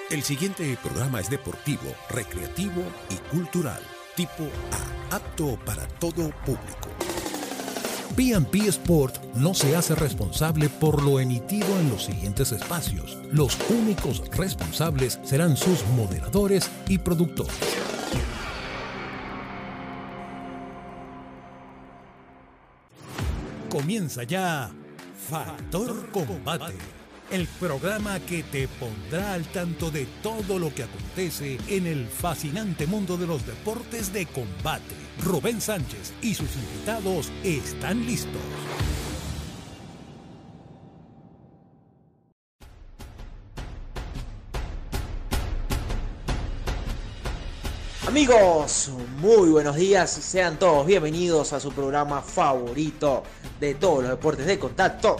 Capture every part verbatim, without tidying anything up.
El siguiente programa es deportivo, recreativo y cultural, tipo A, apto para todo público. P and P Sport no se hace responsable por lo emitido en los siguientes espacios. Los únicos responsables serán sus moderadores y productores. Comienza ya Factor Combate, el programa que te pondrá al tanto de todo lo que acontece en el fascinante mundo de los deportes de combate. Rubén Sánchez y sus invitados están listos. Amigos, muy buenos días, sean todos bienvenidos a su programa favorito de todos los deportes de contacto,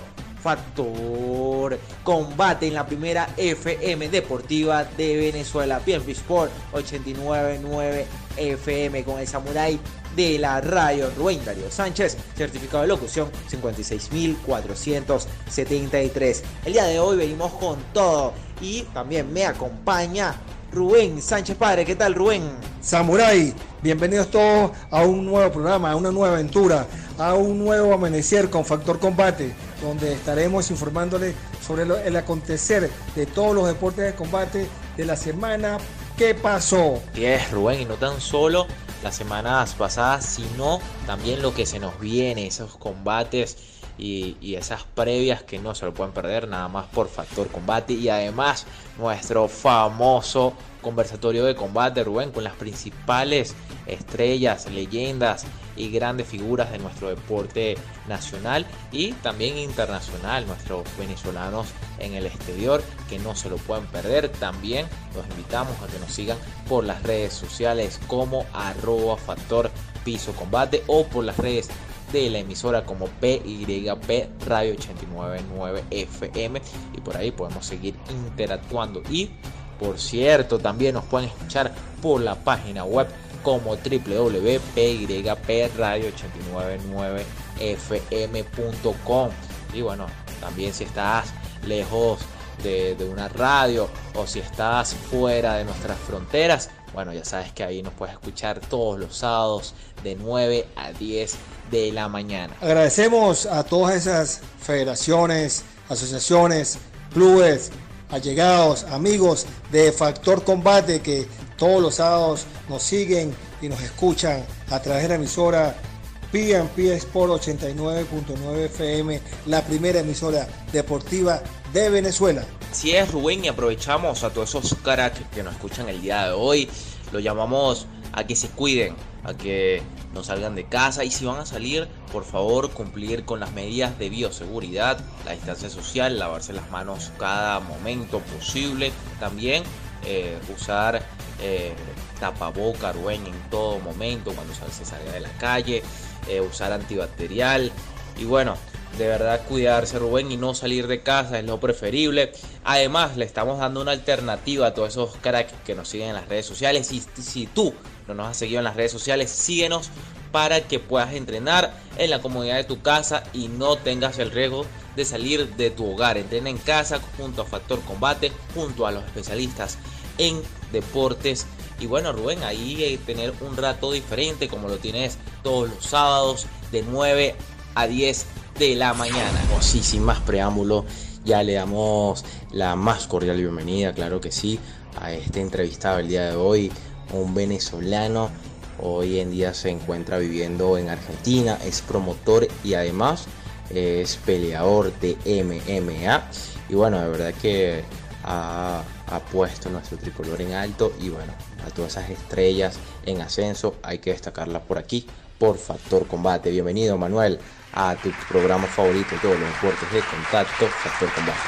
Factor Combate, en la primera F M deportiva de Venezuela, P and P Sport ochenta y nueve punto nueve F M, con el samurái de la radio Rubén Darío Sánchez, certificado de locución cincuenta y seis mil cuatrocientos setenta y tres. El día de hoy venimos con todo y también me acompaña Rubén Sánchez Padre. ¿Qué tal, Rubén? Samurái, bienvenidos todos a un nuevo programa, a una nueva aventura, a un nuevo amanecer con Factor Combate, donde estaremos informándoles sobre lo, el acontecer de todos los deportes de combate de la semana que pasó. Sí es, Rubén, y no tan solo las semanas pasadas, sino también lo que se nos viene, esos combates y, y esas previas que no se lo pueden perder, nada más por Factor Combate. Y además nuestro famoso conversatorio de combate, Rubén, con las principales estrellas, leyendas y grandes figuras de nuestro deporte nacional y también internacional, nuestros venezolanos en el exterior, que no se lo pueden perder. También los invitamos a que nos sigan por las redes sociales como arroba Factor Piso Combate o por las redes de la emisora como P Y P Radio ochenta y nueve punto nueve F M, y por ahí podemos seguir interactuando. Y por cierto, también nos pueden escuchar por la página web como w w w punto p y p radio ochenta y nueve punto nueve f m punto com. Y bueno, también si estás lejos de, de una radio o si estás fuera de nuestras fronteras, bueno, ya sabes que ahí nos puedes escuchar todos los sábados de nueve a diez de la mañana. Agradecemos a todas esas federaciones, asociaciones, clubes, allegados, amigos de Factor Combate, que todos los sábados nos siguen y nos escuchan a través de la emisora P and P Sport ochenta y nueve punto nueve F M, la primera emisora deportiva de Venezuela. Así es, Rubén, y aprovechamos a todos esos cracks que nos escuchan el día de hoy. Los llamamos a que se cuiden, a que no salgan de casa, y si van a salir, por favor, cumplir con las medidas de bioseguridad, la distancia social, lavarse las manos cada momento posible. También eh, usar eh, tapaboca, Rubén, en todo momento cuando se salga de la calle, eh, usar antibacterial. Y bueno, de verdad cuidarse, Rubén, y no salir de casa es lo preferible. Además, le estamos dando una alternativa a todos esos cracks que nos siguen en las redes sociales. Y si tú no nos has seguido en las redes sociales, síguenos para que puedas entrenar en la comodidad de tu casa y no tengas el riesgo de salir de tu hogar. Entrena en casa junto a Factor Combate, junto a los especialistas en deportes. Y bueno, Rubén, ahí hay que tener un rato diferente como lo tienes todos los sábados de nueve a diez de la mañana. Oh, sí, sin más preámbulo, ya le damos la más cordial bienvenida, claro que sí, a este entrevistado el día de hoy, un venezolano. Hoy en día se encuentra viviendo en Argentina, es promotor y además es peleador de M M A. Y bueno, de verdad que ha, ha puesto nuestro tricolor en alto. Y bueno, a todas esas estrellas en ascenso hay que destacarlas por aquí, por Factor Combate. Bienvenido, Manuel, a tu programa favorito de todos los deportes de contacto, Factor Combate.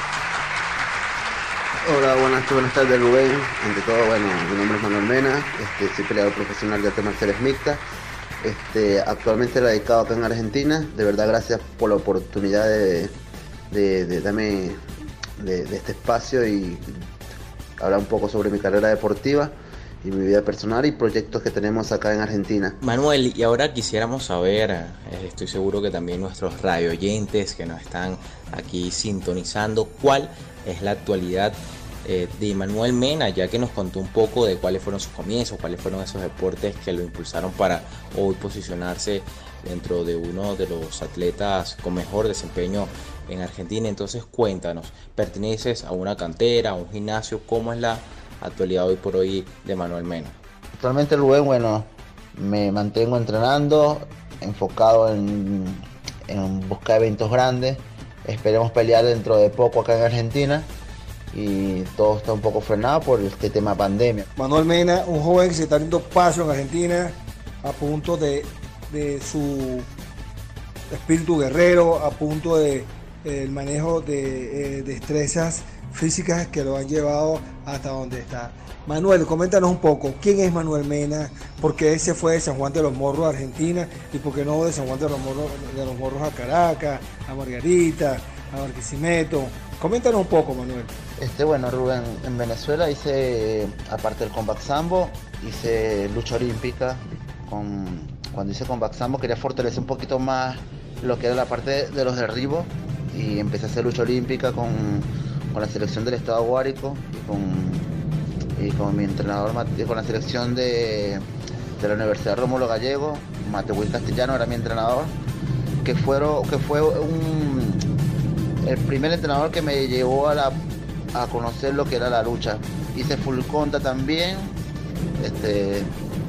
Hola, buenas, buenas tardes, Rubén. Ante todo, bueno, mi nombre es Manuel Mena, este, soy peleador profesional de artes marciales mixtas. Este, actualmente radicado acá en Argentina. De verdad, gracias por la oportunidad de, de, de darme de, de este espacio y hablar un poco sobre mi carrera deportiva y mi vida personal y proyectos que tenemos acá en Argentina. Manuel, y ahora quisiéramos saber, eh, estoy seguro que también nuestros radio oyentes que nos están aquí sintonizando, ¿cuál es la actualidad eh, de Manuel Mena, ya que nos contó un poco de cuáles fueron sus comienzos, cuáles fueron esos deportes que lo impulsaron para hoy posicionarse dentro de uno de los atletas con mejor desempeño en Argentina. Entonces cuéntanos, ¿perteneces a una cantera, a un gimnasio? ¿Cómo es la actualidad hoy por hoy de Manuel Mena? Actualmente, Rubén, bueno, me mantengo entrenando, enfocado en, en buscar eventos grandes. Esperemos pelear dentro de poco acá en Argentina y todo está un poco frenado por este tema pandemia. Manuel Mena, un joven que se está dando paso en Argentina a punto de, de su espíritu guerrero, a punto de el manejo de eh, destrezas físicas que lo han llevado hasta donde está. Manuel, coméntanos un poco, ¿quién es Manuel Mena? ¿Por qué se fue de San Juan de los Morros a Argentina? ¿Y por qué no de San Juan de los Morros, de los Morros a Caracas, a Margarita, a Barquisimeto? Coméntanos un poco, Manuel. Este, bueno, Rubén, en Venezuela hice, aparte del combat sambo, hice lucha olímpica. Con, cuando hice combat sambo quería fortalecer un poquito más lo que era la parte de los derribos y empecé a hacer lucha olímpica con, con la selección del estado Guárico y con... y con mi entrenador, con la selección de, de la Universidad Rómulo Gallego, Mateo Will Castellano era mi entrenador, que, fueron, que fue un, el primer entrenador que me llevó a, la, a conocer lo que era la lucha. Hice full conta también, este,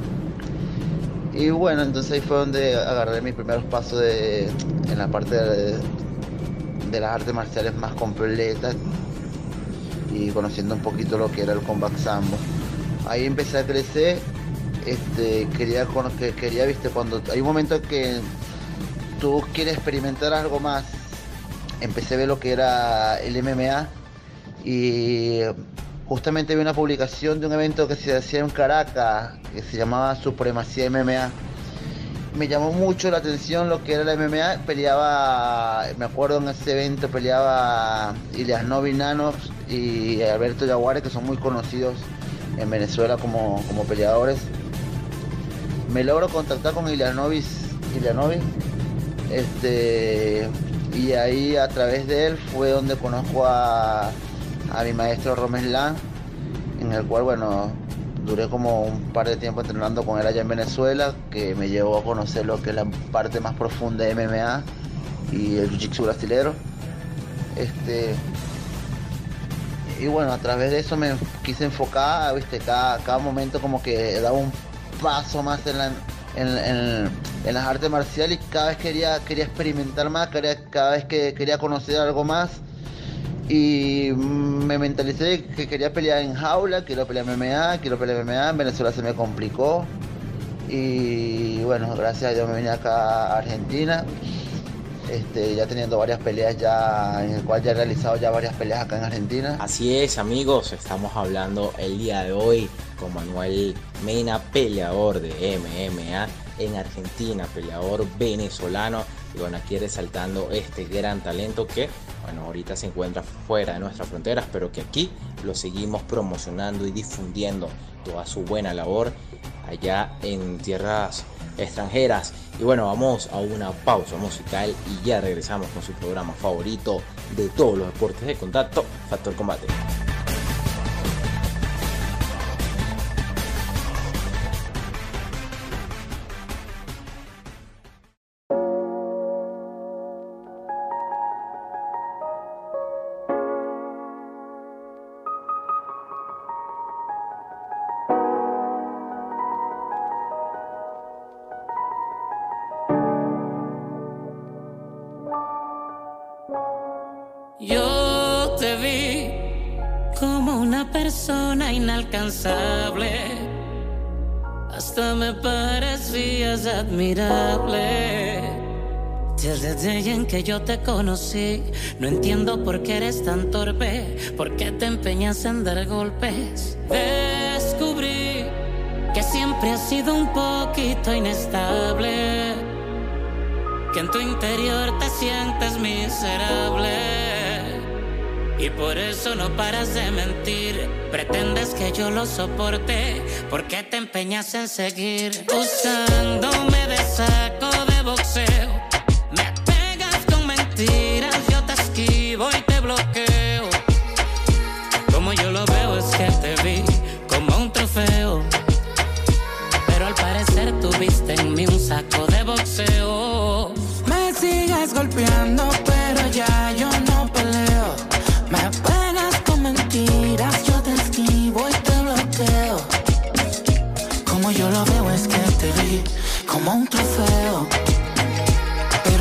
y bueno, entonces ahí fue donde agarré mis primeros pasos de, en la parte de, de las artes marciales más completas, y conociendo un poquito lo que era el combat sambo. Ahí empecé a crecer, este, quería, quería, viste, cuando hay un momento que tú quieres experimentar algo más, empecé a ver lo que era el M M A y justamente vi una publicación de un evento que se hacía en Caracas, que se llamaba Supremacía M M A. Me llamó mucho la atención lo que era la M M A, peleaba, me acuerdo en ese evento peleaba Ilias Novinanos y Alberto Yaguare, que son muy conocidos en Venezuela como, como peleadores. Me logro contactar con Ilianovis, Ilianovis, este, y ahí a través de él fue donde conozco a, a mi maestro Romeslán, en el cual, bueno, duré como un par de tiempo entrenando con él allá en Venezuela, que me llevó a conocer lo que es la parte más profunda de M M A y el jiu-jitsu brasilero. Este, y bueno, a través de eso me quise enfocar, viste, cada, cada momento como que daba un paso más en, la, en, en, en las artes marciales y cada vez quería, quería experimentar más, quería, cada vez que quería conocer algo más. Y me mentalicé que quería pelear en jaula, quiero pelear M M A, quiero pelear M M A, en Venezuela se me complicó. Y bueno, gracias a Dios me vine acá a Argentina, este, ya teniendo varias peleas ya, en el cual ya he realizado ya varias peleas acá en Argentina. Así es, amigos, estamos hablando el día de hoy con Manuel Mena, peleador de M M A en Argentina, peleador venezolano. Y bueno, aquí resaltando este gran talento que, bueno, ahorita se encuentra fuera de nuestras fronteras, pero que aquí lo seguimos promocionando y difundiendo toda su buena labor allá en tierras extranjeras. Y bueno, vamos a una pausa musical y ya regresamos con su programa favorito de todos los deportes de contacto, Factor Combate. Yo te vi como una persona inalcanzable, hasta me parecías admirable. Desde el día en que yo te conocí, no entiendo por qué eres tan torpe, por qué te empeñas en dar golpes. Descubrí que siempre has sido un poquito inestable, que en tu interior te sientes miserable. Y por eso no paras de mentir, pretendes que yo lo soporte, porque te empeñas en seguir usándome de saco de boxeo. Me pegas con mentiras, yo te esquivo y te bloqueo. Como yo lo veo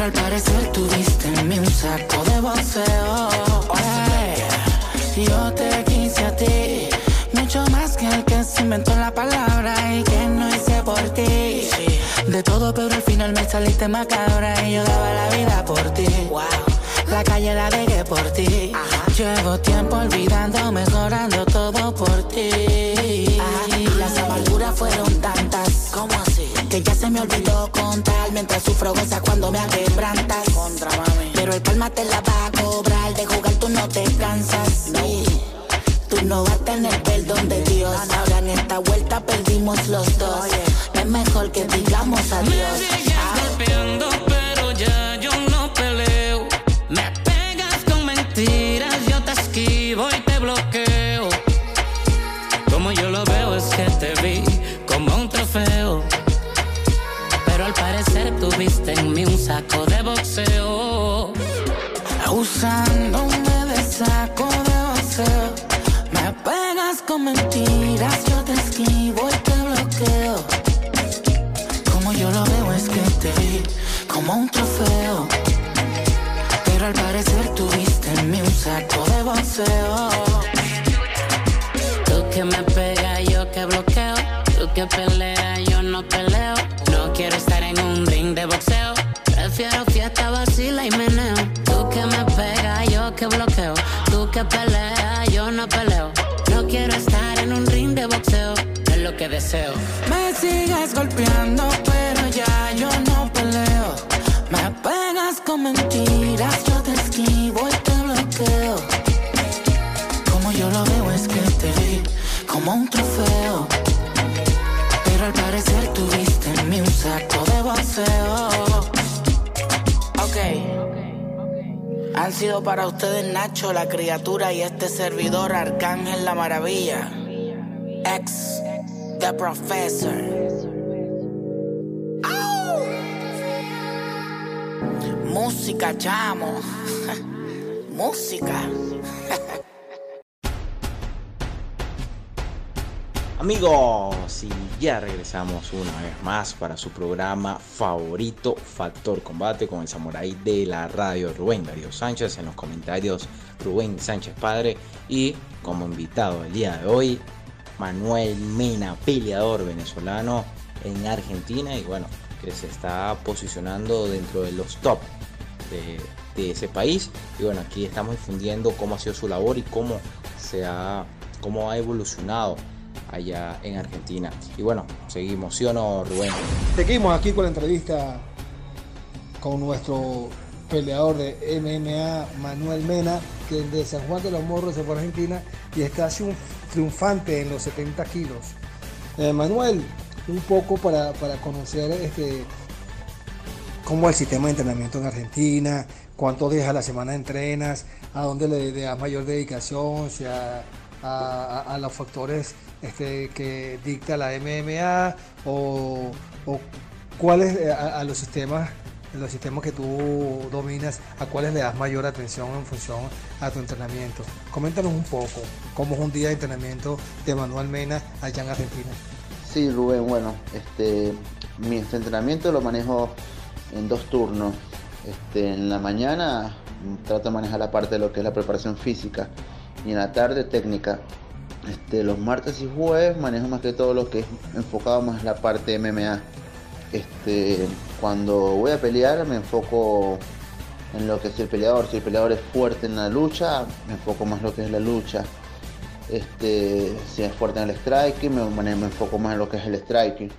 al parecer tuviste en mí un saco de boxeo. Hey, yo te quise a ti, mucho más que el que se inventó la palabra y que no hice por ti. De todo, pero al final me saliste macabra y yo daba la vida por ti. Wow. La calle la dejé por ti. Ajá. Llevo tiempo olvidando, mejorando todo por ti. Ajá. Las amarguras fueron tantas, ¿cómo así? Que ya se me olvidó contar mientras sufro goza cuando me quebrantas. Contra mami. Pero el calma te la va a cobrar, de jugar tú no te cansas. No. Tú no vas a tener perdón de Dios. Ahora en esta vuelta perdimos los dos. Oye. Es mejor que digamos adiós. Me sigues golpeando, pero ya yo no peleo. Me pegas con mentiras, yo te esquivo y te bloqueo. Como yo lo veo es que te vi como un trofeo, pero al parecer tuviste en mí un saco de boxeo. Usándome de saco de boxeo, me pegas con mentiras, yo te esquivo y te bloqueo. Como yo lo veo es que te vi como un trofeo, pero al parecer tuviste en mí un saco de boxeo. Tú que me pegas, yo que bloqueo. Tú que peleas, yo no peleo. No quiero estar en un ring de boxeo. Prefiero fiesta, vacila y meneo. Tú que me pegas, yo que bloqueo. Tú que peleas, yo no peleo. No quiero estar en un ring de boxeo. Es lo que deseo. Me sigues golpeando, pero ya yo no peleo. Me pegas con mentiras, yo te esquivo y te bloqueo. Como yo lo veo es que te vi como un trofeo, pero al parecer tuviste en mí un saco de boxeo. Ok. Han sido para ustedes Nacho, la criatura, y este servidor Arcángel la Maravilla, ex The Professor. Música, chamo. Música. Amigos, y ya regresamos una vez más para su programa favorito, Factor Combate, con el samurái de la radio, Rubén Darío Sánchez. En los comentarios, Rubén Sánchez Padre. Y como invitado el día de hoy, Manuel Mena, peleador venezolano en Argentina. Y bueno, que se está posicionando dentro de los top de, de ese país. Y bueno, aquí estamos difundiendo cómo ha sido su labor y cómo se ha, cómo ha evolucionado allá en Argentina. Y bueno, seguimos, ¿sí o no, Rubén? Seguimos aquí con la entrevista con nuestro peleador de M M A, Manuel Mena, que de San Juan de los Morros se fue a Argentina y está así un triunfante en los setenta kilos. Eh, Manuel, un poco para, para conocer este, cómo es el sistema de entrenamiento en Argentina, cuántos días a la semana entrenas, a dónde le, le das mayor dedicación, si a, a, a, a los factores este, que dicta la M M A o, o cuáles a, a los sistemas los sistemas que tú dominas, a cuáles le das mayor atención en función a tu entrenamiento. Coméntanos un poco cómo es un día de entrenamiento de Manuel Mena allá en Argentina. Sí, Rubén, bueno, este, mi entrenamiento lo manejo en dos turnos. Este, en la mañana trato de manejar la parte de lo que es la preparación física y en la tarde técnica. Este, los martes y jueves manejo más que todo lo que es enfocado más en la parte de M M A. Este, cuando voy a pelear me enfoco en lo que es el peleador. Si el peleador es fuerte en la lucha, me enfoco más en lo que es la lucha. Este, si es fuerte en el striking, me, me enfoco más en lo que es el striking.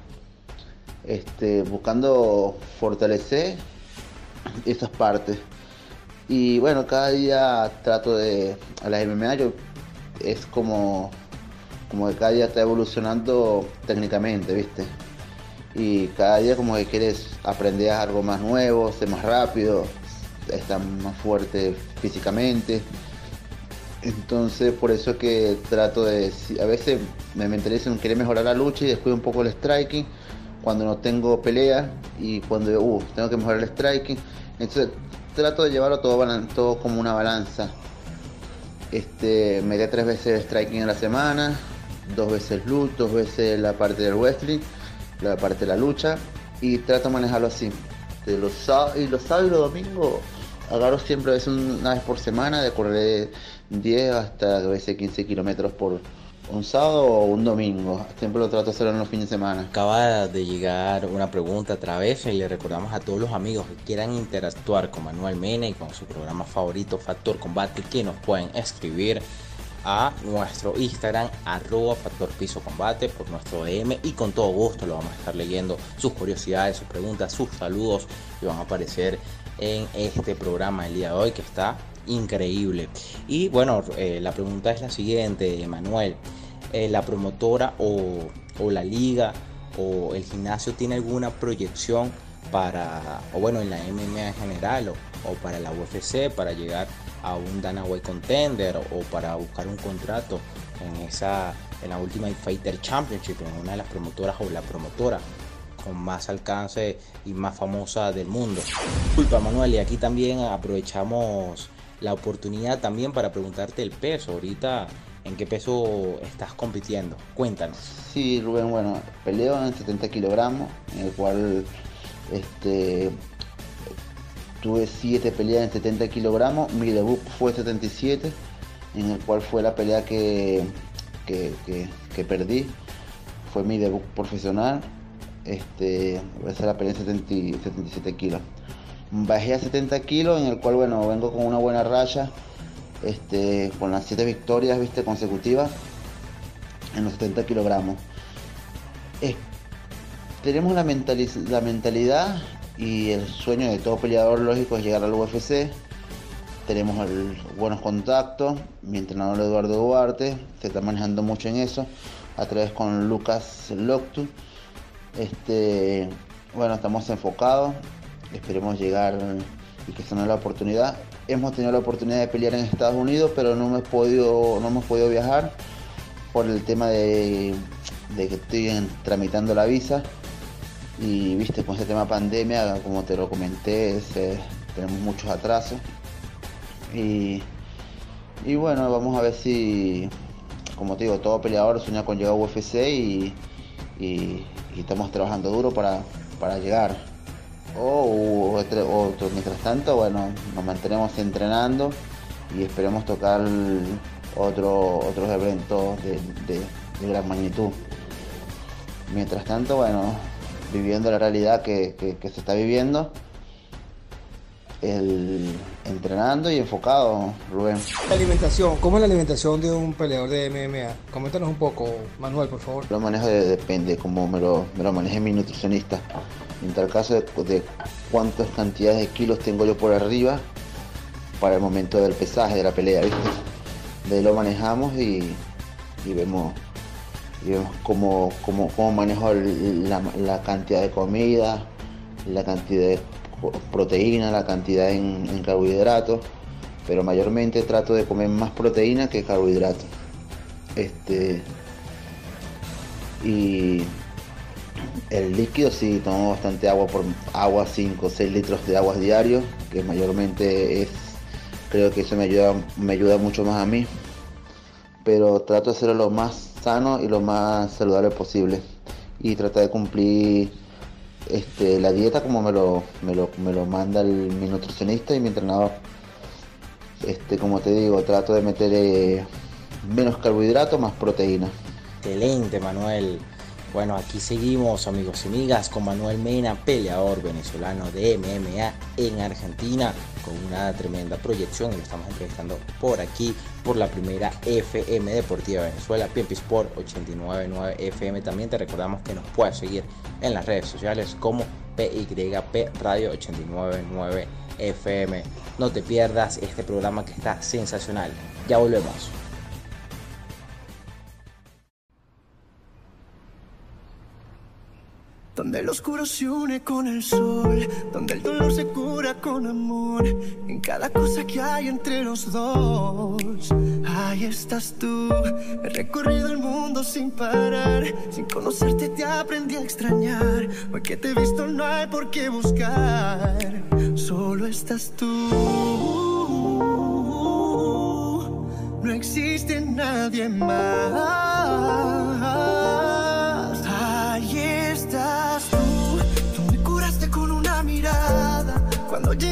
Este, buscando fortalecer esas partes. Y bueno, cada día trato de, a la M M A yo, es como, como que cada día está evolucionando técnicamente, ¿viste? Y cada día como que quieres aprender algo más nuevo, ser más rápido, estar más fuerte físicamente. Entonces por eso es que trato de, a veces me mentalizo en querer mejorar la lucha y descuido un poco el striking cuando no tengo pelea, y cuando uh, tengo que mejorar el striking, entonces trato de llevarlo todo, todo como una balanza. Este, me da tres veces el striking en la semana, dos veces lucha, dos veces la parte del wrestling, la parte de la lucha, y trato de manejarlo así. Este, los sábados, y los sábados y los domingos agarro siempre a veces una vez por semana de correr diez hasta a veces quince kilómetros por un sábado o un domingo. Siempre lo trato de hacer en los fines de semana. Acaba de llegar una pregunta a través y le recordamos a todos los amigos que quieran interactuar con Manuel Mena y con su programa favorito Factor Combate que nos pueden escribir a nuestro Instagram arroba Factor Piso Combate por nuestro D M y con todo gusto lo vamos a estar leyendo sus curiosidades, sus preguntas, sus saludos y van a aparecer en este programa el día de hoy que está increíble. Y bueno, eh, la pregunta es la siguiente, Manuel. Eh, la promotora o, o la liga o el gimnasio tiene alguna proyección para, o bueno, en la M M A en general o, o para la U F C para llegar a un Dana White Contender o para buscar un contrato en esa en la Ultimate Fighter Championship, en una de las promotoras o la promotora con más alcance y más famosa del mundo? Disculpa, Manuel, y aquí también aprovechamos la oportunidad también para preguntarte el peso. Ahorita, ¿en qué peso estás compitiendo? Cuéntanos. Sí, Rubén, bueno, peleo en setenta kilogramos, en el cual este, tuve siete peleas en setenta kilogramos. Mi debut fue setenta y siete, en el cual fue la pelea que, que, que, que perdí. Fue mi debut profesional. Este, esa es la pelea en setenta y siete kilos. Bajé a setenta kilos, en el cual, bueno, vengo con una buena racha, este, con las siete victorias, viste, consecutivas en los setenta kilogramos. Eh, tenemos la, mentaliz- la mentalidad y el sueño de todo peleador lógico es llegar al U F C. Tenemos el, buenos contactos. Mi entrenador Eduardo Duarte se está manejando mucho en eso, a través con Lucas Loctu. Este, bueno, estamos enfocados. Esperemos llegar y que se nos dé la oportunidad. Hemos tenido la oportunidad de pelear en Estados Unidos, pero no hemos podido, no hemos podido viajar por el tema de, de que estoy en, tramitando la visa. Y viste, con ese tema pandemia, como te lo comenté, es, eh, tenemos muchos atrasos. Y, y bueno, vamos a ver si, como te digo, todo peleador sueña con llegar a U F C y, y, y estamos trabajando duro para, para llegar. O, otro, otro, mientras tanto, bueno, nos mantenemos entrenando y esperemos tocar otro, otros eventos de, de, de gran magnitud. Mientras tanto, bueno, viviendo la realidad que, que, que se está viviendo, el, entrenando y enfocado, Rubén. La alimentación, ¿cómo es la alimentación de un peleador de M M A? Coméntanos un poco, Manuel, por favor. Lo manejo de, depende, como me lo, me lo maneje mi nutricionista. En tal caso de, de cuántas cantidades de kilos tengo yo por arriba para el momento del pesaje, de la pelea, ¿viste? De ahí lo manejamos y, y vemos, y vemos cómo, cómo, cómo manejo el, la, la cantidad de comida, la cantidad de proteína, la cantidad en, en carbohidratos, pero mayormente trato de comer más proteína que carbohidratos. Este, y el líquido sí, tomo bastante agua, por agua, cinco o seis litros de agua diario, que mayormente es, creo que eso me ayuda, me ayuda mucho más a mí, pero trato de hacerlo lo más sano y lo más saludable posible y tratar de cumplir este, la dieta como me lo, me lo, me lo manda el, mi nutricionista y mi entrenador. Este, como te digo, trato de meter eh, menos carbohidratos, más proteína. Excelente, Manuel. Bueno, aquí seguimos, amigos y amigas, con Manuel Mena, peleador venezolano de M M A en Argentina, con una tremenda proyección, y lo estamos entrevistando por aquí, por la primera F M Deportiva de Venezuela, P M P Sport ochenta y nueve punto nueve F M. También te recordamos que nos puedes seguir en las redes sociales como P Y P Radio ochenta y nueve punto nueve F M. No te pierdas este programa que está sensacional. Ya volvemos. Donde lo oscuro se une con el sol, donde el dolor se cura con amor, en cada cosa que hay entre los dos, ahí estás tú. He recorrido el mundo sin parar, sin conocerte te aprendí a extrañar. Hoy que te he visto no hay por qué buscar, solo estás tú. No existe nadie más. Ahí estás tú, tú me curaste con una mirada.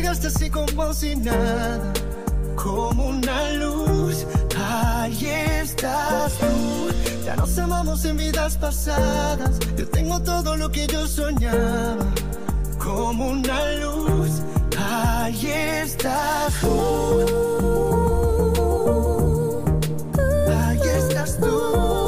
llegaste así como si nada, como una luz, ahí estás tú. Ya nos amamos en vidas pasadas, yo tengo todo lo que yo soñaba, como una luz, ahí estás tú. Ahí estás tú.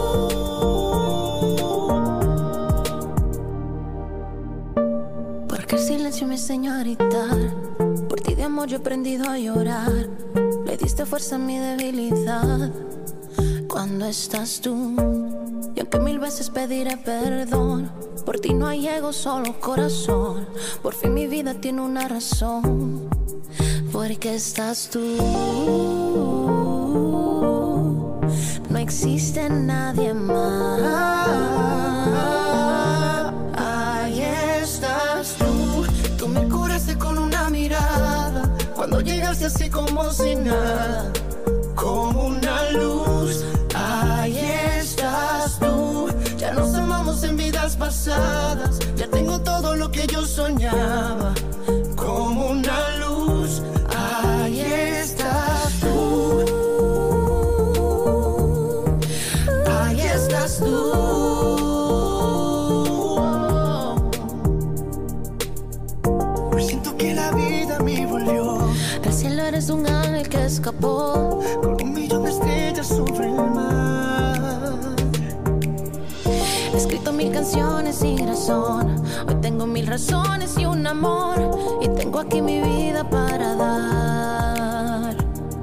Porque el silencio me enseñó a gritar, por ti de amor yo he aprendido a llorar. Le diste fuerza a mi debilidad cuando estás tú. Y aunque mil veces pediré perdón, por ti no hay ego, solo corazón. Por fin mi vida tiene una razón, porque estás tú. No existe nadie más. Ahí estás tú. Tú me curaste con una mirada, cuando llegaste así como si nada, como una luz. Ahí estás tú. Ya nos amamos en vidas pasadas, ya tengo todo lo que yo soñaba, como una luz. Ahí estás tú. Ahí estás tú. Hoy siento que la vida me volvió. Del cielo eres un ángel que escapó, con un millón de estrellas sobre el mar. He escrito mil canciones sin razón, hoy tengo mil razones y un amor, y tengo aquí mi vida para dar.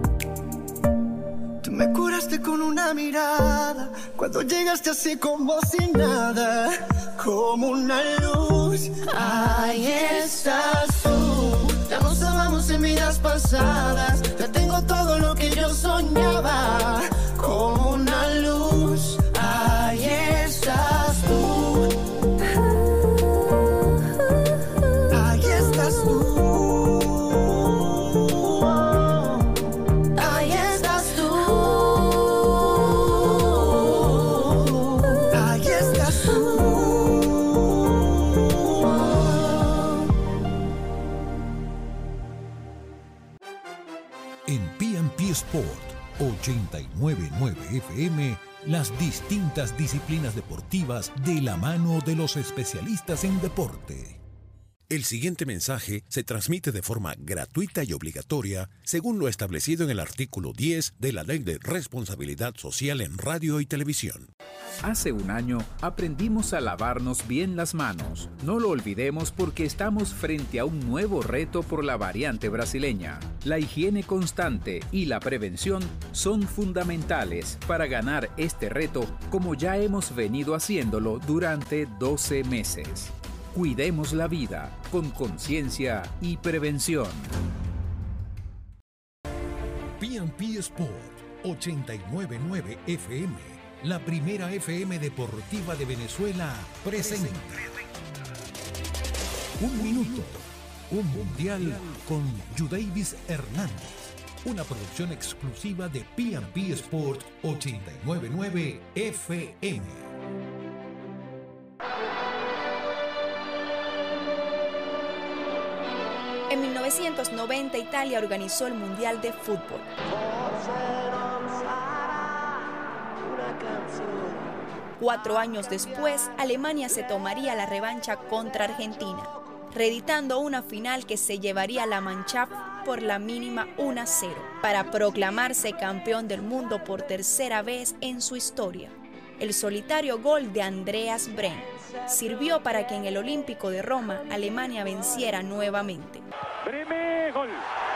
Tú me curaste con una mirada, cuando llegaste así como si nada, como una luz. Ahí estás tú. Ya nos amamos en vidas pasadas, ya tengo todo lo que yo soñaba, como una luz. Ahí estás tú. Ahí estás tú. Ahí estás tú. Ahí estás tú. En P and P Sport ochenta y nueve punto nueve F M, las distintas disciplinas deportivas de la mano de los especialistas en deporte. El siguiente mensaje se transmite de forma gratuita y obligatoria según lo establecido en el artículo diez de la Ley de Responsabilidad Social en Radio y Televisión. Hace un año aprendimos a lavarnos bien las manos. No lo olvidemos porque estamos frente a un nuevo reto por la variante brasileña. La higiene constante y la prevención son fundamentales para ganar este reto, como ya hemos venido haciéndolo durante doce meses. Cuidemos la vida con conciencia y prevención. P and P Sport ochenta y nueve punto nueve F M, la primera F M deportiva de Venezuela, presenta Un Minuto, un mundial con Yudavis Hernández, una producción exclusiva de P and P Sport ochenta y nueve punto nueve F M. En mil novecientos noventa, Italia organizó el Mundial de Fútbol. Cuatro años después, Alemania se tomaría la revancha contra Argentina, reeditando una final que se llevaría la Mannschaft por la mínima uno a cero, para proclamarse campeón del mundo por tercera vez en su historia. El solitario gol de Andreas Brehme sirvió para que en el Olímpico de Roma Alemania venciera nuevamente. Brehme, gol.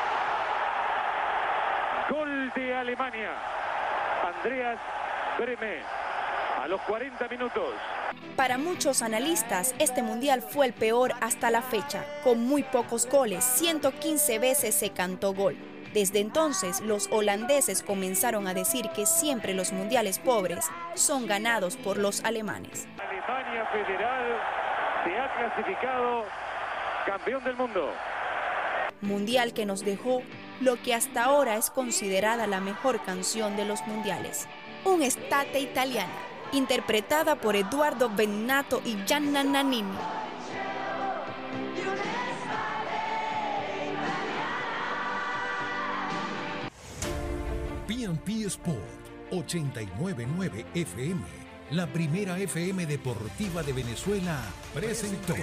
Gol de Alemania. Andreas Brehme a los cuarenta minutos. Para muchos analistas, este mundial fue el peor hasta la fecha, con muy pocos goles, ciento quince veces se cantó gol. Desde entonces, los holandeses comenzaron a decir que siempre los mundiales pobres son ganados por los alemanes. Alemania Federal se ha clasificado campeón del mundo. Mundial que nos dejó lo que hasta ahora es considerada la mejor canción de los mundiales, Un'estate italiana, interpretada por Eduardo Bennato y Gianna Nannini. P and P Sport ochenta y nueve punto nueve F M, la primera F M deportiva de Venezuela, presentó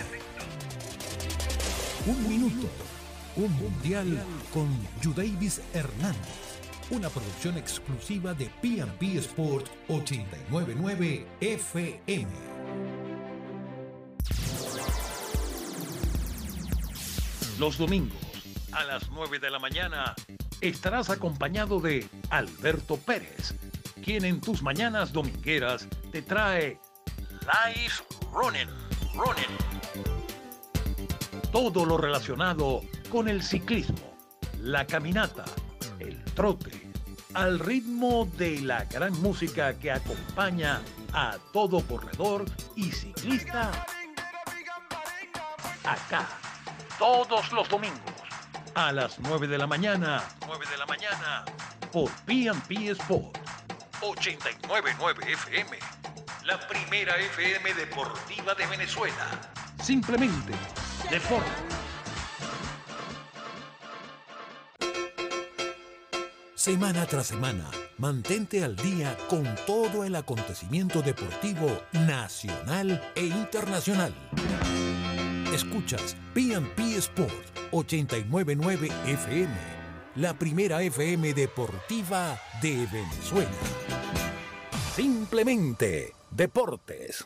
Un Minuto, un Mundial con Yudavis Hernández, una producción exclusiva de P and P Sport ochenta y nueve punto nueve F M. Los domingos, a las nueve de la mañana, estarás acompañado de Alberto Pérez, quien en tus mañanas domingueras te trae Live Running, Running. Todo lo relacionado con el ciclismo, la caminata, el trote, al ritmo de la gran música que acompaña a todo corredor y ciclista acá. Todos los domingos, a las nueve de la mañana, nueve de la mañana, por P and P Sport, ochenta y nueve punto nueve F M, la primera F M deportiva de Venezuela. Simplemente, deporte. Semana tras semana, mantente al día con todo el acontecimiento deportivo nacional e internacional. Escuchas P and P Sport ochenta y nueve punto nueve F M, la primera F M deportiva de Venezuela. Simplemente deportes.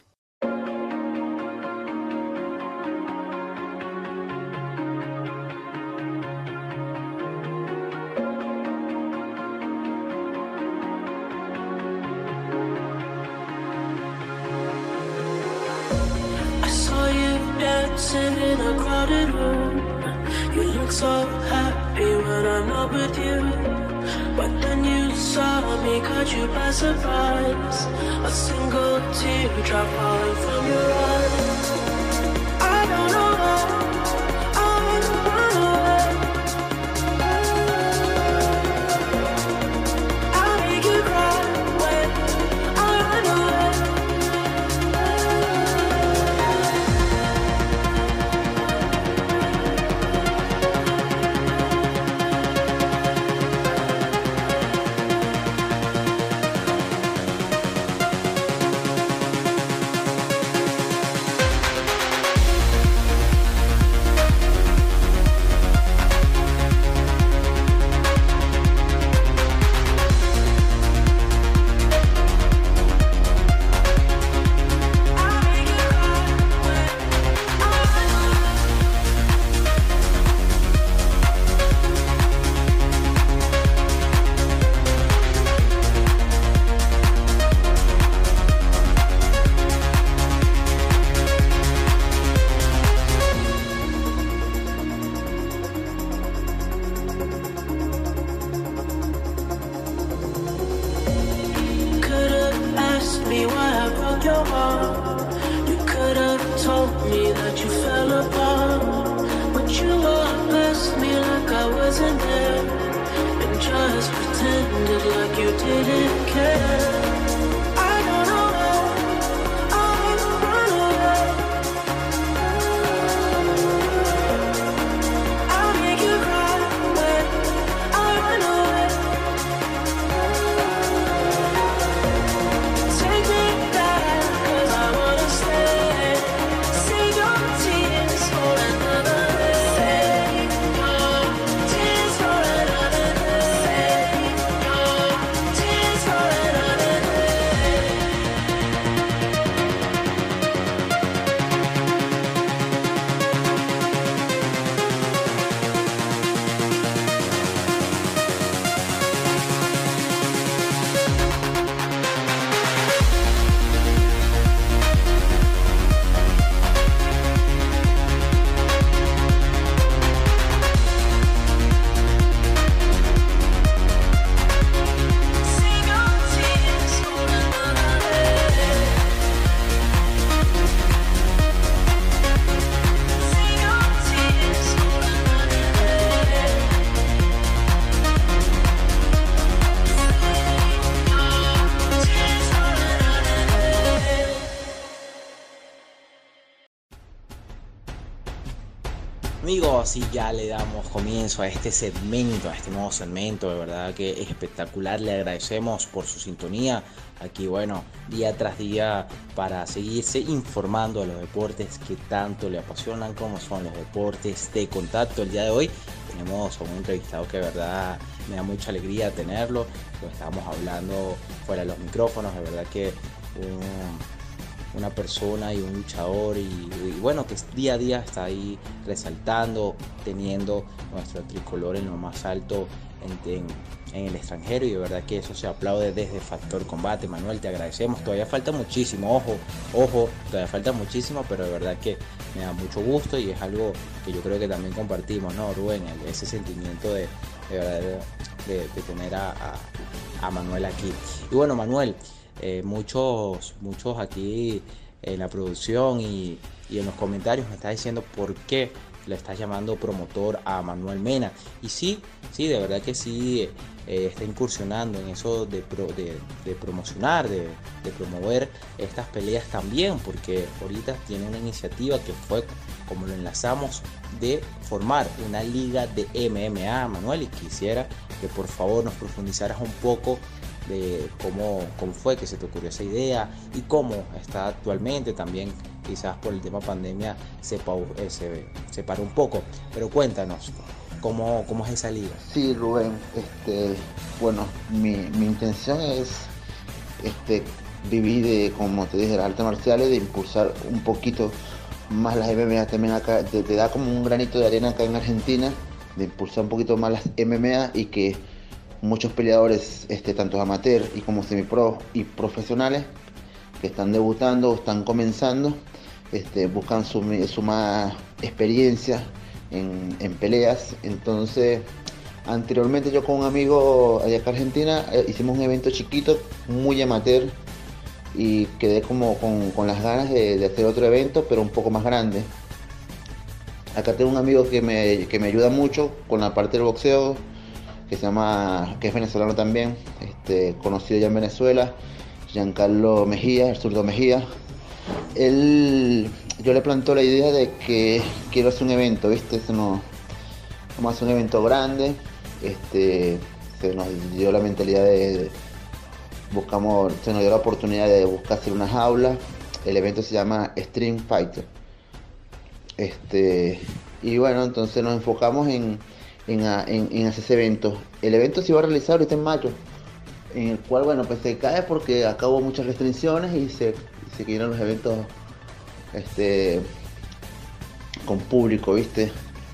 Dancing in a crowded room, you look so happy when I'm not with you. But then you saw me, caught you by surprise. A single teardrop falling from your eyes. I don't know why I run away. I make you cry when I run away. Amigos, y ya le damos comienzo a este segmento, a este nuevo segmento, de verdad que es espectacular, le agradecemos por su sintonía, aquí bueno, día tras día para seguirse informando de los deportes que tanto le apasionan como son los deportes de contacto. El día de hoy tenemos a un entrevistado que de verdad me da mucha alegría tenerlo, lo estábamos hablando fuera de los micrófonos, de verdad que un... una persona y un luchador y, y bueno, que día a día está ahí resaltando, teniendo nuestro tricolor en lo más alto en, en, en el extranjero, y de verdad que eso se aplaude desde Factor Combate. Manuel, te agradecemos, todavía falta muchísimo, ojo, ojo, todavía falta muchísimo, pero de verdad que me da mucho gusto y es algo que yo creo que también compartimos, ¿no, Rubén? Ese sentimiento de, de, verdad, de, de tener a, a, a Manuel aquí. Y bueno, Manuel, Eh, muchos, muchos aquí en la producción y, y en los comentarios me está diciendo por qué le estás llamando promotor a Manuel Mena. Y sí, sí, de verdad que sí, eh, está incursionando en eso de, pro, de, de promocionar, de, de promover estas peleas también, porque ahorita tiene una iniciativa que fue, como lo enlazamos, de formar una liga de M M A, Manuel, y quisiera que por favor nos profundizaras un poco de cómo, cómo fue que se te ocurrió esa idea y cómo está actualmente. También quizás por el tema pandemia se, eh, se, se paró un poco, pero cuéntanos cómo, cómo es esa liga. Sí, Rubén, este, bueno, mi, mi intención es este, vivir de, como te dije, las artes marciales, de impulsar un poquito más las M M A también acá, te, te da como un granito de arena acá en Argentina, de impulsar un poquito más las M M A y que muchos peleadores, este, tanto amateur y como semipro y profesionales, que están debutando o están comenzando, este, buscan su, su más experiencia en, en peleas. Entonces, anteriormente yo con un amigo allá acá en Argentina eh, hicimos un evento chiquito, muy amateur, y quedé como con, con las ganas de, de hacer otro evento, pero un poco más grande. Acá tengo un amigo que me, que me ayuda mucho con la parte del boxeo, que se llama, que es venezolano también, este, conocido ya en Venezuela, Giancarlo Mejía, el zurdo Mejía. Él, yo le planteo la idea de que quiero hacer un evento, ¿viste? Se nos, vamos a hacer un evento grande, este, se nos dio la mentalidad de, de buscamos, se nos dio la oportunidad de buscar hacer una jaula. El evento se llama Stream Fighter. Este, y bueno, entonces nos enfocamos en En, en, en ese evento. El evento se iba a realizar ahorita en mayo, en el cual, bueno, pues se cae porque acá hubo muchas restricciones y se, se quedaron los eventos este, con público, ¿viste?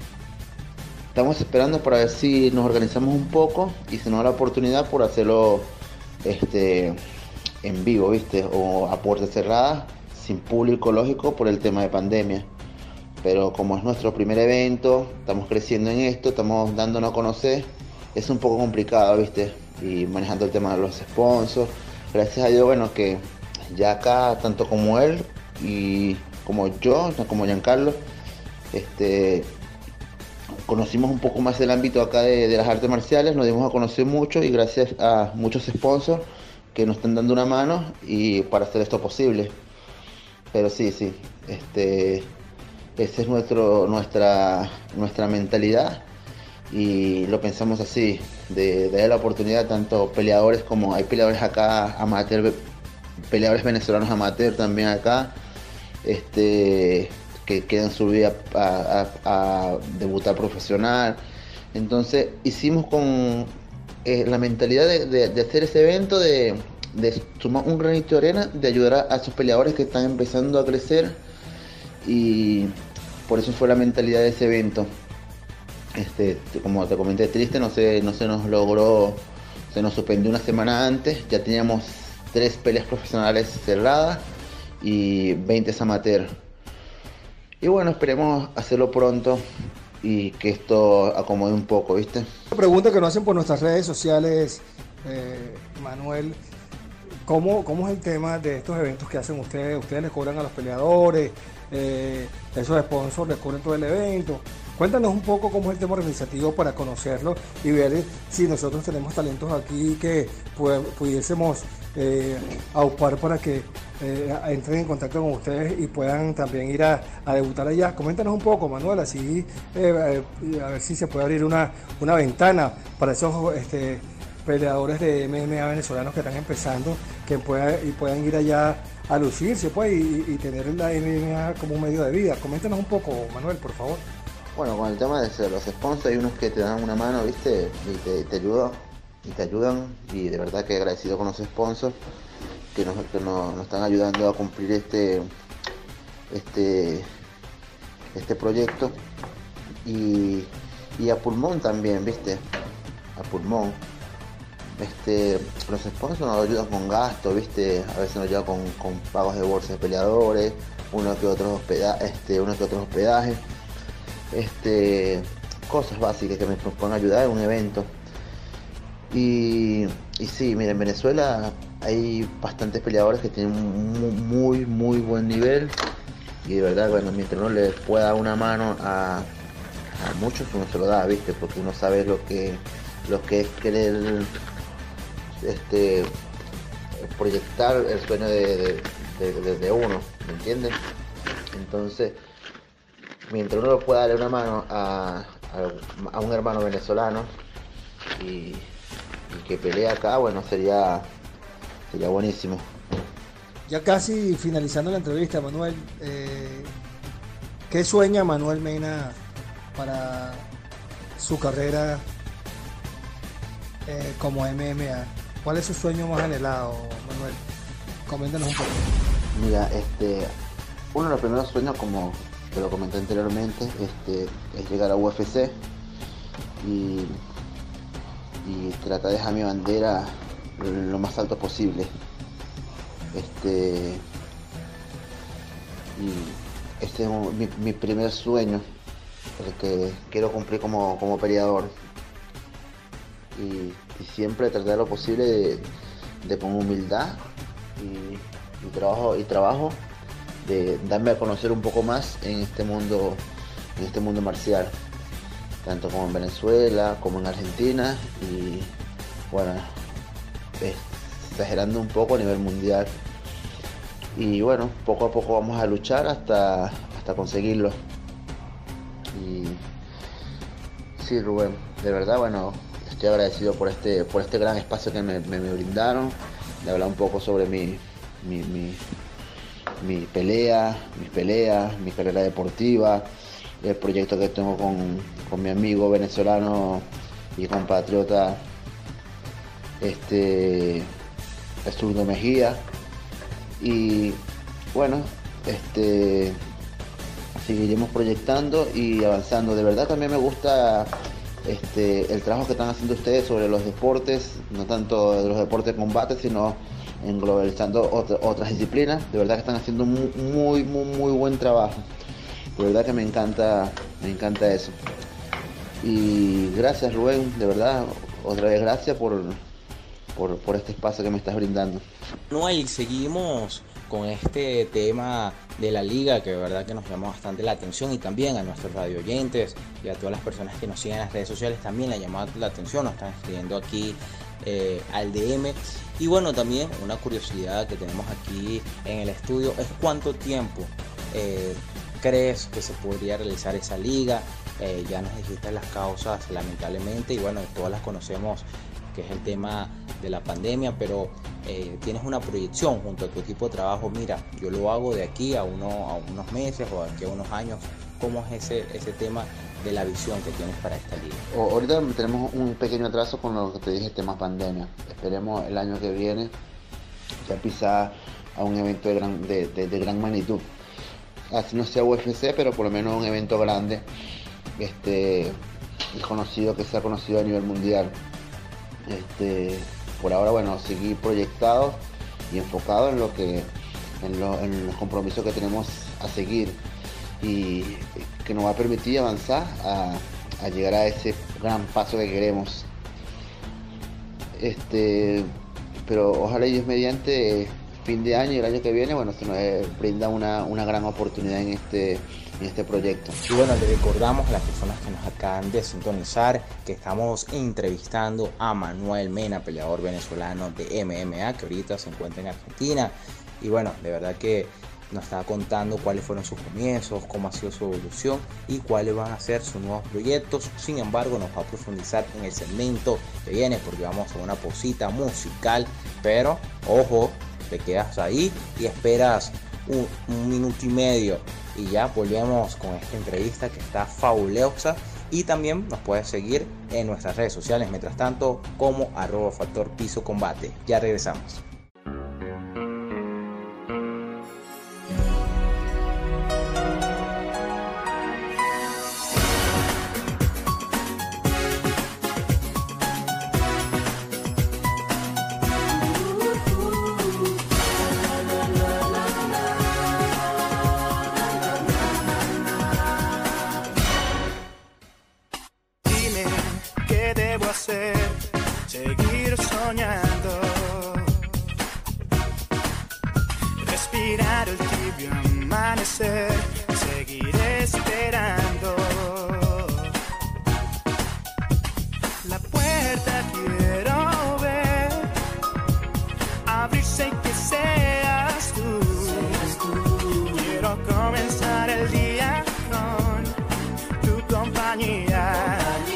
Estamos esperando para ver si nos organizamos un poco y se nos da la oportunidad por hacerlo este, en vivo, ¿viste? O a puertas cerradas, sin público, lógico, por el tema de pandemia. Pero como es nuestro primer evento, estamos creciendo en esto, estamos dándonos a conocer, es un poco complicado, ¿viste? Y manejando el tema de los sponsors. Gracias a Dios, bueno, que ya acá, tanto como él y como yo, como Giancarlo, este, conocimos un poco más el ámbito acá de, de las artes marciales, nos dimos a conocer mucho y gracias a muchos sponsors que nos están dando una mano y para hacer esto posible. Pero sí, sí, este... esa es nuestro, nuestra, nuestra mentalidad y lo pensamos así, de, de dar la oportunidad tanto peleadores como hay peleadores acá amateur, peleadores venezolanos amateur también acá, este, que quedan su vida a, a, a debutar profesional. Entonces hicimos con eh, la mentalidad de, de, de hacer ese evento, de, de sumar un granito de arena, de ayudar a, a esos peleadores que están empezando a crecer, y por eso fue la mentalidad de ese evento. Este, como te comenté, triste, no se, no se nos logró, se nos suspendió una semana antes, ya teníamos tres peleas profesionales cerradas y veinte amateur. Y bueno, esperemos hacerlo pronto y que esto acomode un poco, ¿viste? Una pregunta que nos hacen por nuestras redes sociales, eh, Manuel, ¿cómo, ¿cómo es el tema de estos eventos que hacen ustedes? ¿Ustedes les cobran a los peleadores? Eh, esos sponsors les cubren todo el evento. Cuéntanos un poco cómo es el tema organizativo para conocerlo y ver si nosotros tenemos talentos aquí que pu- pudiésemos eh, aupar para que eh, entren en contacto con ustedes y puedan también ir a, a debutar allá. Coméntanos un poco, Manuel, así eh, eh, a ver si se puede abrir una, una ventana para esos este, peleadores de M M A venezolanos que están empezando, que puedan, y puedan ir allá a lucirse pues, y, y tener la M M A como un medio de vida. Coméntanos un poco, Manuel, por favor. Bueno, con el tema de los sponsors, hay unos que te dan una mano, ¿viste? Y te, te ayudan, y te ayudan, y de verdad que agradecido con los sponsors que nos, que nos, nos están ayudando a cumplir este, este, este proyecto. Y, y a pulmón también, ¿viste? A pulmón. Este, los sponsors nos ayudan con gastos, ¿viste? A veces nos ayudan con, con pagos de bolsas de peleadores, uno que otros hospeda, este, uno que otros hospedajes. Este, cosas básicas que me pueden ayudar en un evento. Y, y sí, mira, en Venezuela hay bastantes peleadores que tienen un muy, muy buen nivel. Y de verdad, bueno, mientras uno le pueda dar una mano a, a muchos, uno se lo da, ¿viste? Porque uno sabe lo que, lo que es querer este, proyectar el sueño de, de, de, de uno, ¿me entiendes? Entonces, mientras uno pueda darle una mano a, a, a un hermano venezolano y, y que pelea acá, bueno, sería, sería buenísimo. Ya casi finalizando la entrevista, Manuel, eh, ¿qué sueña Manuel Mena para su carrera eh, como M M A? ¿Cuál es su sueño más anhelado, Manuel? Coméntanos un poco. Mira, este, uno de los primeros sueños, como te lo comenté anteriormente, este, es llegar a U F C y, y tratar de dejar mi bandera lo más alto posible. Este, y este es un, mi, mi primer sueño, el que quiero cumplir como, como peleador. Y, y siempre tratar lo posible de, de con humildad y, y trabajo y trabajo de darme a conocer un poco más en este mundo, en este mundo marcial, tanto como en Venezuela como en Argentina y bueno, exagerando un poco a nivel mundial. Y bueno, poco a poco vamos a luchar hasta, hasta conseguirlo. Y sí, Rubén, de verdad, bueno, estoy agradecido por este, por este gran espacio que me, me, me brindaron, de hablar un poco sobre mi, mi, mi, mi pelea, mis peleas, mi carrera deportiva, el proyecto que tengo con, con mi amigo venezolano y compatriota este Zurdo Mejía. Y bueno, este seguiremos proyectando y avanzando. De verdad también me gusta este el trabajo que están haciendo ustedes sobre los deportes, no tanto de los deportes de combate, sino en globalizando otra, otras disciplinas. De verdad que están haciendo muy, muy, muy, muy buen trabajo. De verdad que me encanta, me encanta eso. Y gracias, Rubén, de verdad, otra vez gracias por Por, por este espacio que me estás brindando. Manuel, seguimos con este tema de la liga que de verdad que nos llama bastante la atención y también a nuestros radio oyentes y a todas las personas que nos siguen en las redes sociales también le llama la atención, nos están escribiendo aquí eh, al D M. Y bueno, también una curiosidad que tenemos aquí en el estudio es cuánto tiempo eh, crees que se podría realizar esa liga. Eh, ya nos dijiste las causas lamentablemente y bueno, todas las conocemos, que es el tema de la pandemia, pero eh, tienes una proyección junto a tu equipo de trabajo. Mira, yo lo hago de aquí a, uno, a unos meses o de aquí a unos años. ¿Cómo es ese, ese tema de la visión que tienes para esta liga? O, ahorita tenemos un pequeño atraso con lo que te dije, tema pandemia. Esperemos el año que viene ya pisar a un evento de gran, de, de, de gran magnitud. Así no sea U F C, pero por lo menos un evento grande este, y conocido, que sea conocido a nivel mundial. Este, por ahora, bueno, seguir proyectado y enfocado en lo que en, lo, en los compromisos que tenemos a seguir y que nos va a permitir avanzar a, a llegar a ese gran paso que queremos. Este, pero ojalá y Dios mediante fin de año y el año que viene, bueno, se nos eh, brinda una, una gran oportunidad en este, en este proyecto. Y bueno, le recordamos a las personas que nos acaban de sintonizar que estamos entrevistando a Manuel Mena, peleador venezolano de M M A, que ahorita se encuentra en Argentina. Y bueno, de verdad que nos está contando cuáles fueron sus comienzos, cómo ha sido su evolución y cuáles van a ser sus nuevos proyectos. Sin embargo, nos va a profundizar en el segmento que viene, porque vamos a una pausita musical. Pero, ojo, te quedas ahí y esperas un, un minuto y medio y ya volvemos con esta entrevista que está fabulosa. Y también nos puedes seguir en nuestras redes sociales, mientras tanto, como arroba Factor Piso Combate. Ya regresamos. Seguir soñando, respirar el tibio amanecer, seguir esperando. La puerta quiero ver abrirse y que seas tú. Quiero comenzar el día con tu compañía.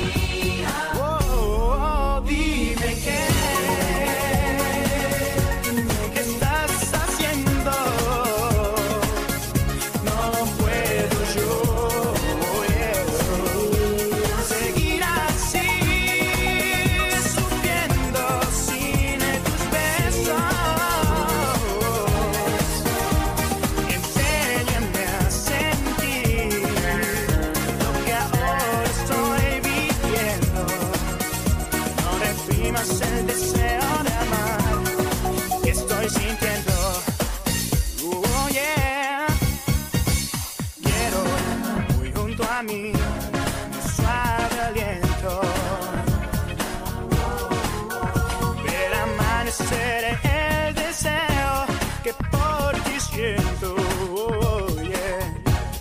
El deseo de amar que estoy sintiendo, oh yeah. Quiero muy junto a mí, mi suave aliento, ver amanecer el deseo que por ti siento, oh yeah.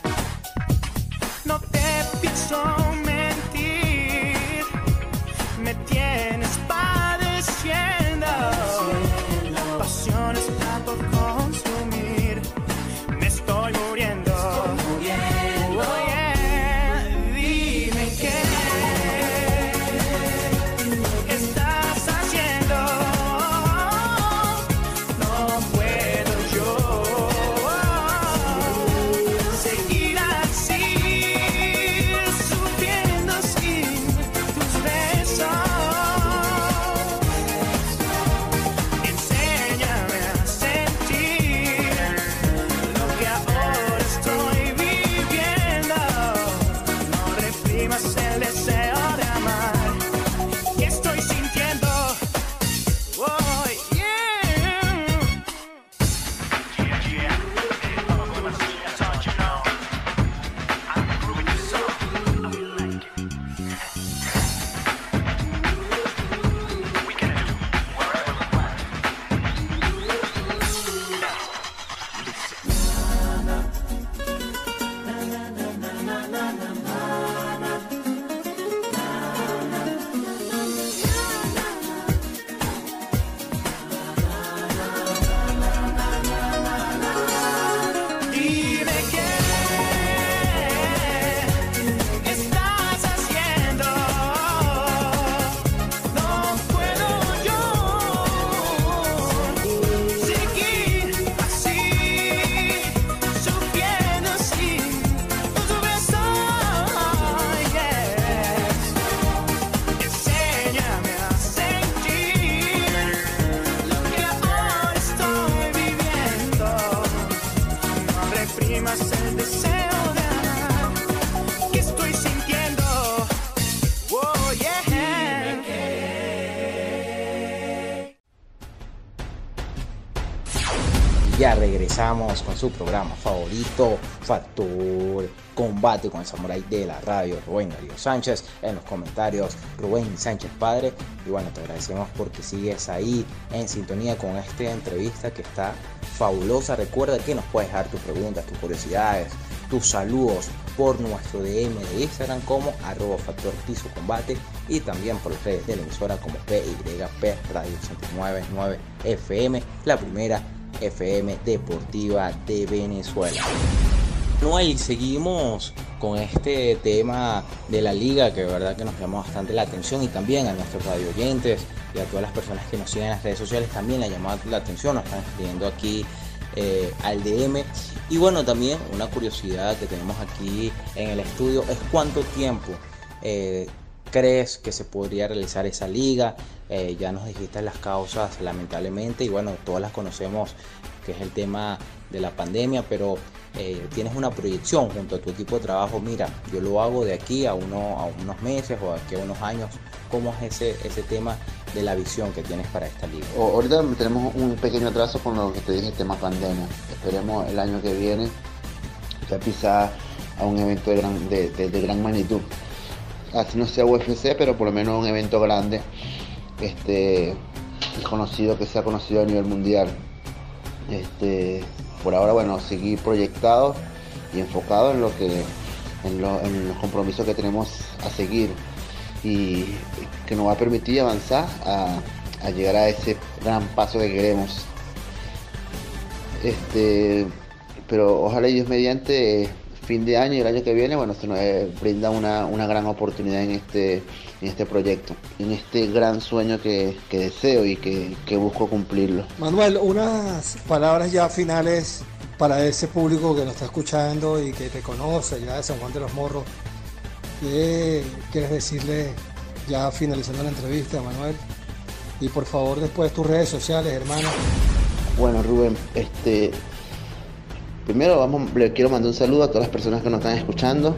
No te pienso mentir, me tienes padeciendo, la pasión está por consumir, me estoy muriendo, oh yeah. Dime qué estás haciendo, no puedo yo seguir así, sufriendo sin tus besos. El deseo de amar que estoy sintiendo, oh yeah. Yeah, yeah. Oh, boy, my sister, I thought you know I'm proving you so. I feel like it. We can do whatever we want. El deseo de amar que estoy sintiendo, oh yeah. ya regresamos con su programa favorito, Factor Combate, con el samurái de la radio, Rubén Darío Sánchez. En los comentarios, Rubén Sánchez Padre. Y bueno, te agradecemos porque sigues ahí en sintonía con esta entrevista que está fabulosa. Recuerda que nos puedes dejar tus preguntas, tus curiosidades, tus saludos por nuestro D M de Instagram como arroba Factor Piso Combate, y también por las redes de la emisora como P Y P Radio ochenta y nueve punto nueve F M, la primera F M deportiva de Venezuela. Noel, seguimos con este tema de la liga que de verdad que nos llamó bastante la atención, y también a nuestros radio oyentes y a todas las personas que nos siguen en las redes sociales también le ha llamado la atención, nos están escribiendo aquí eh, al D M. Y bueno, también una curiosidad que tenemos aquí en el estudio es cuánto tiempo eh, crees que se podría realizar esa liga. Eh, ya nos dijiste las causas, lamentablemente, y bueno, todas las conocemos, que es el tema de la pandemia, pero eh, tienes una proyección junto a tu equipo de trabajo. Mira, yo lo hago de aquí a, uno, a unos meses o de aquí a unos años. ¿Cómo es ese, ese tema de la visión que tienes para esta liga? O, ahorita tenemos un pequeño atraso con lo que te dije, el tema pandemia. Esperemos el año que viene ya pisar a un evento de gran, de, de, de gran magnitud. Así no sea U F C, pero por lo menos un evento grande, este, y conocido, que sea conocido a nivel mundial. Este, por ahora, bueno, seguir proyectado y enfocado en lo que, en, lo, en los compromisos que tenemos a seguir, y que nos va a permitir avanzar a, a llegar a ese gran paso que queremos. Este, pero ojalá Dios mediante, fin de año y el año que viene, bueno, se nos eh, brinda una, una gran oportunidad en este, en este proyecto, en este gran sueño que, que deseo y que, que busco cumplirlo. Manuel, unas palabras ya finales para ese público que nos está escuchando y que te conoce ya de San Juan de los Morros. ¿Qué quieres decirle ya finalizando la entrevista, Manuel? Y por favor, después tus redes sociales, hermano. Bueno, Rubén, este... primero vamos, le quiero mandar un saludo a todas las personas que nos están escuchando.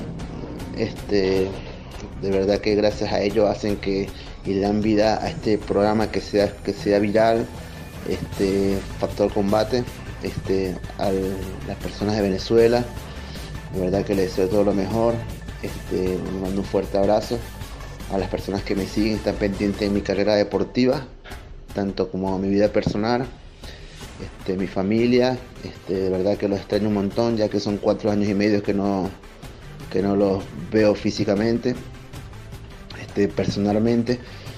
Este, de verdad que gracias a ellos hacen que y le dan vida a este programa que sea, que sea viral, este Factor Combate, este, a las personas de Venezuela. De verdad que les deseo todo lo mejor. Este, les mando un fuerte abrazo a las personas que me siguen, están pendientes de mi carrera deportiva, tanto como mi vida personal. Este, mi familia, este, de verdad que los extraño un montón, ya que son cuatro años y medio que no, que no los veo físicamente, este, personalmente.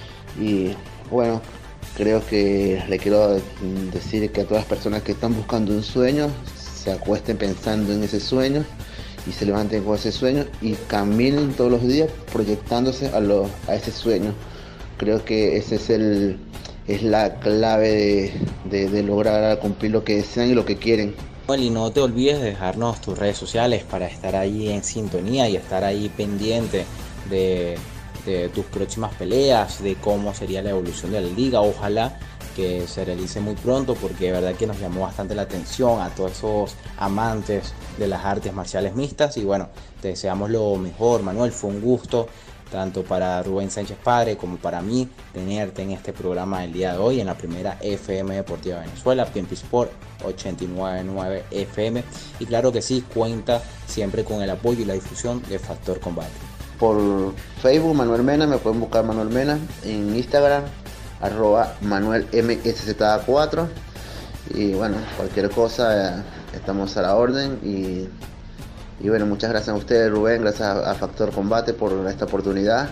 Y bueno, creo que le quiero decir que a todas las personas que están buscando un sueño, se acuesten pensando en ese sueño y se levanten con ese sueño y caminen todos los días proyectándose a, lo, a ese sueño. Creo que ese es el es la clave de, de, de lograr cumplir lo que desean y lo que quieren. Y no te olvides de dejarnos tus redes sociales para estar ahí en sintonía y estar ahí pendiente de, de tus próximas peleas, de cómo sería la evolución de la liga. Ojalá que se realice muy pronto, porque de verdad que nos llamó bastante la atención a todos esos amantes de las artes marciales mixtas. Y bueno, te deseamos lo mejor, Manuel. Fue un gusto tanto para Rubén Sánchez Padre como para mí tenerte en este programa el día de hoy en la primera F M Deportiva de Venezuela, P M P Sport ochenta y nueve punto nueve F M. Y claro que sí, cuenta siempre con el apoyo y la difusión de Factor Combate. Por Facebook, Manuel Mena, me pueden buscar Manuel Mena. En Instagram, arroba Manuel M S Z cuatro. Y bueno, cualquier cosa, eh, estamos a la orden. Y Y bueno, muchas gracias a ustedes, Rubén, gracias a Factor Combate por esta oportunidad.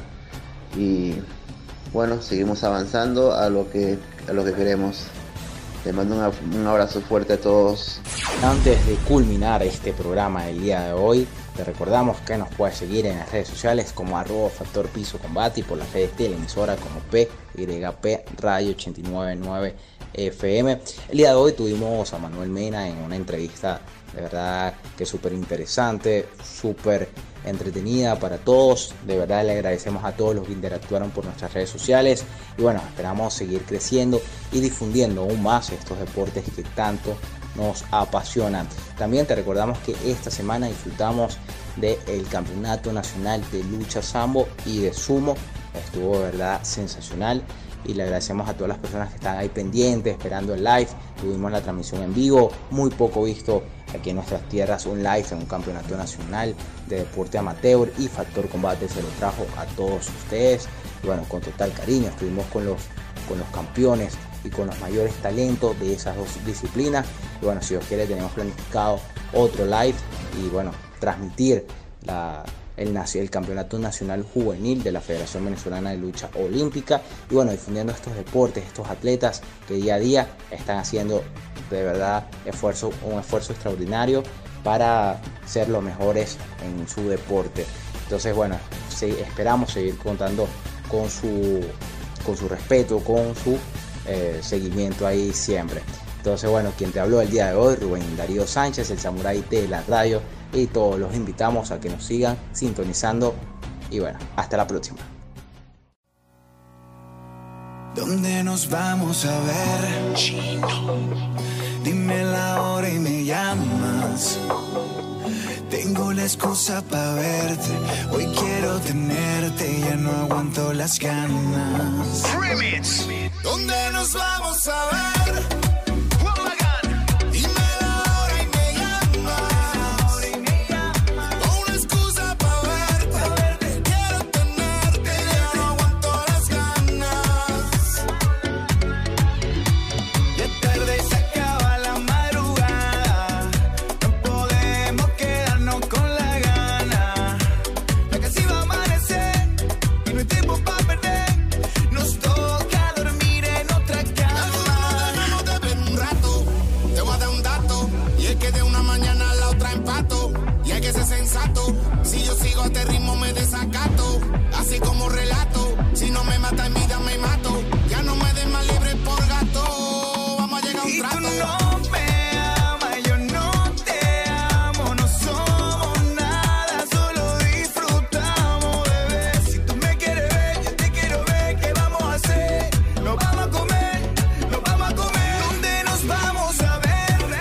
Y bueno, seguimos avanzando a lo que, a lo que queremos. Les mando una, un abrazo fuerte a todos. Antes de culminar este programa del día de hoy, te recordamos que nos puedes seguir en las redes sociales como arroba Factor Piso Combate, y por las redes de la emisora como P Y P Radio ochenta y nueve punto nueve F M. El día de hoy tuvimos a Manuel Mena en una entrevista de verdad que súper interesante, súper entretenida para todos. De verdad le agradecemos a todos los que interactuaron por nuestras redes sociales, y bueno, esperamos seguir creciendo y difundiendo aún más estos deportes que tanto nos apasionan. También te recordamos que esta semana disfrutamos del Campeonato Nacional de Lucha Sambo y de Sumo. Estuvo de verdad sensacional, y le agradecemos a todas las personas que están ahí pendientes, esperando el live. Tuvimos la transmisión en vivo, muy poco visto aquí en nuestras tierras, un live en un campeonato nacional de deporte amateur, y Factor Combate se lo trajo a todos ustedes. Y bueno, con total cariño estuvimos con los, con los campeones y con los mayores talentos de esas dos disciplinas. Y bueno, si Dios quiere, tenemos planificado otro live y bueno, transmitir la, el, el Campeonato Nacional Juvenil de la Federación Venezolana de Lucha Olímpica, y bueno, difundiendo estos deportes, estos atletas que día a día están haciendo de verdad esfuerzo, un esfuerzo extraordinario para ser los mejores en su deporte. Entonces bueno, sí, esperamos seguir contando con su, con su respeto, con su eh, seguimiento ahí siempre. Entonces bueno, quien te habló el día de hoy, Rubén Darío Sánchez, el samurái de la radio, y todos los invitamos a que nos sigan sintonizando, y bueno, hasta la próxima. ¿Dónde nos vamos a ver? Chino. Dime la hora y me llamas. Tengo la excusa para verte. Hoy quiero tenerte, ya no aguanto las ganas. Remix. ¿Dónde nos vamos a ver? Si yo sigo a este ritmo me desacato, así como relato. Si no me mata en vida me mato. Ya no me des más libre por gato. Vamos a llegar a un trato. Y tú no me amas, yo no te amo. No somos nada, solo disfrutamos, bebé. Si tú me quieres ver, yo te quiero ver. ¿Qué vamos a hacer? Nos vamos a comer, nos vamos a comer. ¿Dónde nos vamos a ver?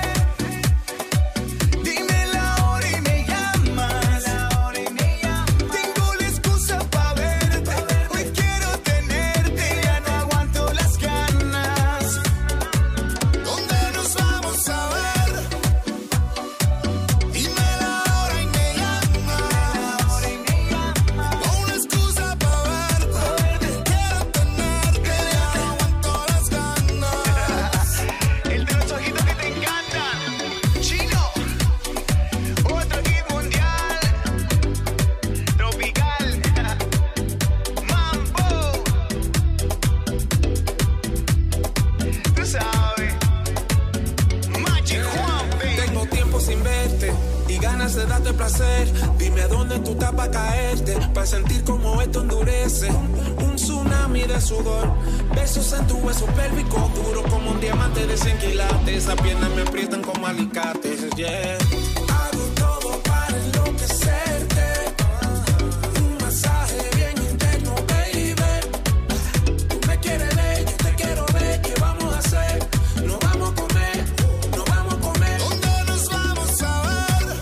De darte placer, dime dónde tú estás para caerte, para sentir como esto endurece. Un tsunami de sudor, besos en tu hueso pélvico, duro como un diamante de cien quilates. Esas piernas me aprietan como alicates, yeah. Hago todo para enloquecerte, un masaje bien interno, baby. Tú me quieres ver, yo te quiero ver. ¿Qué vamos a hacer? Nos vamos a comer, nos vamos a comer. ¿Dónde nos vamos a ver?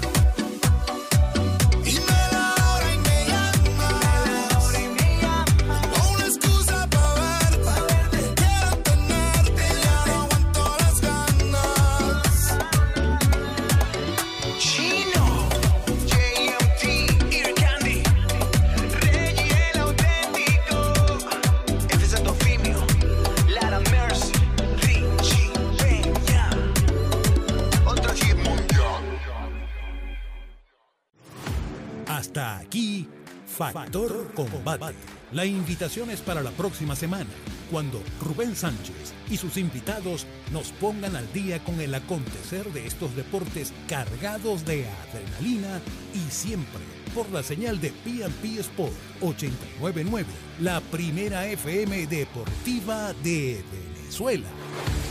Hasta aquí, Factor Combate. La invitación es para la próxima semana, cuando Rubén Sánchez y sus invitados nos pongan al día con el acontecer de estos deportes cargados de adrenalina, y siempre por la señal de P and P Sport ochenta y nueve punto nueve, la primera F M deportiva de Venezuela.